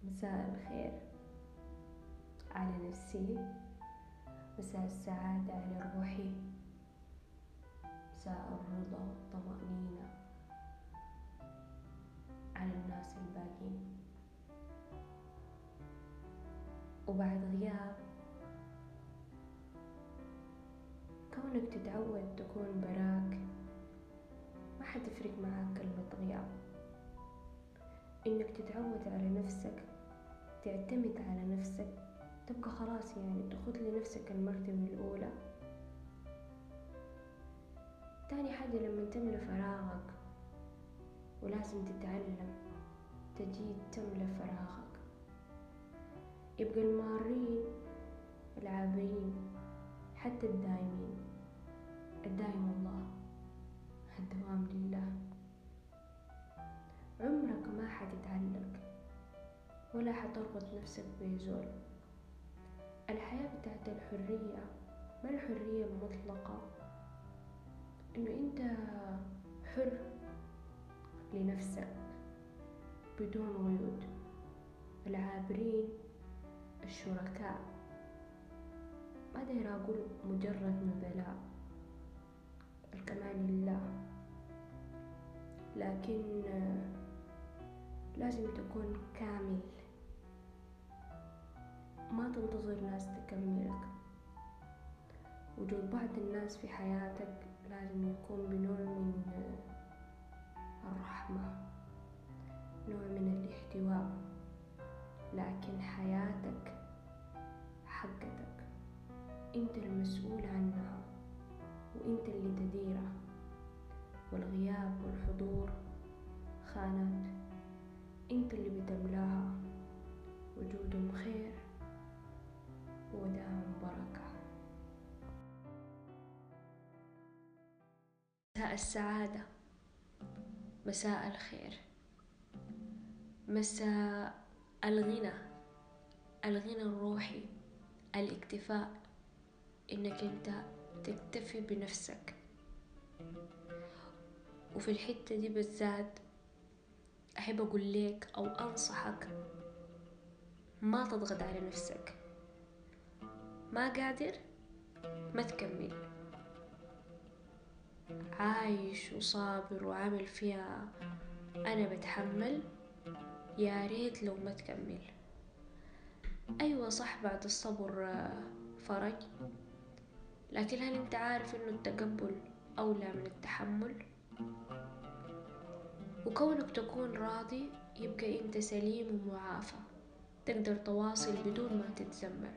مساء الخير على نفسي، مساء السعادة على روحي، مساء الرضا والطمأنينة على الناس الباقين. وبعد غياب، كونك تتعود تكون براك ما حتفرق معاك كلمة غياب. إنك تتعود على نفسك، تعتمد على نفسك، تبقى خلاص تاخد لنفسك المرتبة الأولى. تاني حاجة لما تملى فراغك، ولازم تتعلم تجيد تملى فراغك. يبقى المارين العابرين حتى الدايمين، الدايم الله، الدوام لله. عمرك ما حتتعلق ولا حتربط نفسك بزول. الحياة بتاعت الحرية ما الحرية المطلقة انه انت حر لنفسك بدون قيود. العابرين الشركاء، ما داير اقول مجرد نبلاء، الكمال لله، لكن لازم تكون كامل، ما تنتظر ناس تكملك. وجود بعض الناس في حياتك لازم يكون بنوع من الرحمة، نوع من الاحتواء، لكن حياتك حقتك، انت المسؤول عنها وانت اللي تديرها. والغياب والحضور خانات، انت اللي بتملاها. وجودهم خير وداعم بركة. مساء السعادة، مساء الخير، مساء الغنى، الغنى الروحي، الاكتفاء، انك انت تكتفي بنفسك. وفي الحتة دي بالذات احب اقول لك او انصحك، ما تضغط على نفسك. ما قادر، ما تكمل. عايش وصابر وعامل فيها انا بتحمل، يا ريت لو ما تكمل. ايوه صح، بعد الصبر فرج، لكن هل انت عارف انه التقبل اولى من التحمل؟ وكونك تكون راضي يبقى انت سليم ومعافى، تقدر تواصل بدون ما تتذمر.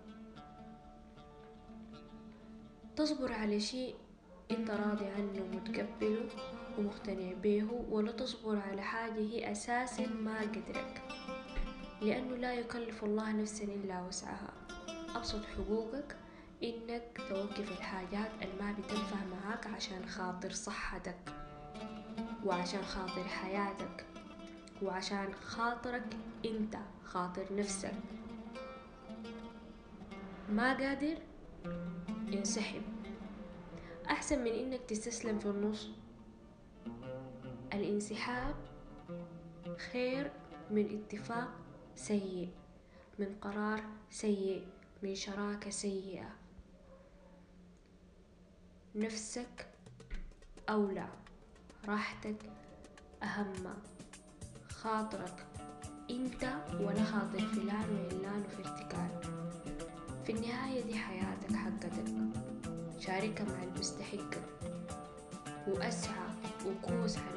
تصبر على شيء انت راضي عنه ومتقبله ومقتنع به، ولا تصبر على حاجة هي اساسا ما قدرك، لانه لا يكلف الله نفسا الا وسعها. ابسط حقوقك انك توقف الحاجات اللي ما بتنفع معاك عشان خاطر صحتك، وعشان خاطر حياتك، وعشان خاطرك انت، خاطر نفسك. ما قادر، انسحب، احسن من انك تستسلم في النص. الانسحاب خير من اتفاق سيء، من قرار سيء، من شراكة سيئة. نفسك أولى، راحتك أهم، خاطرك انت ولا خاطر فلان وعلان وفي ارتكال. في النهاية دي حياتك حقتك، شاركها مع المستحق، وأسعى وكوس على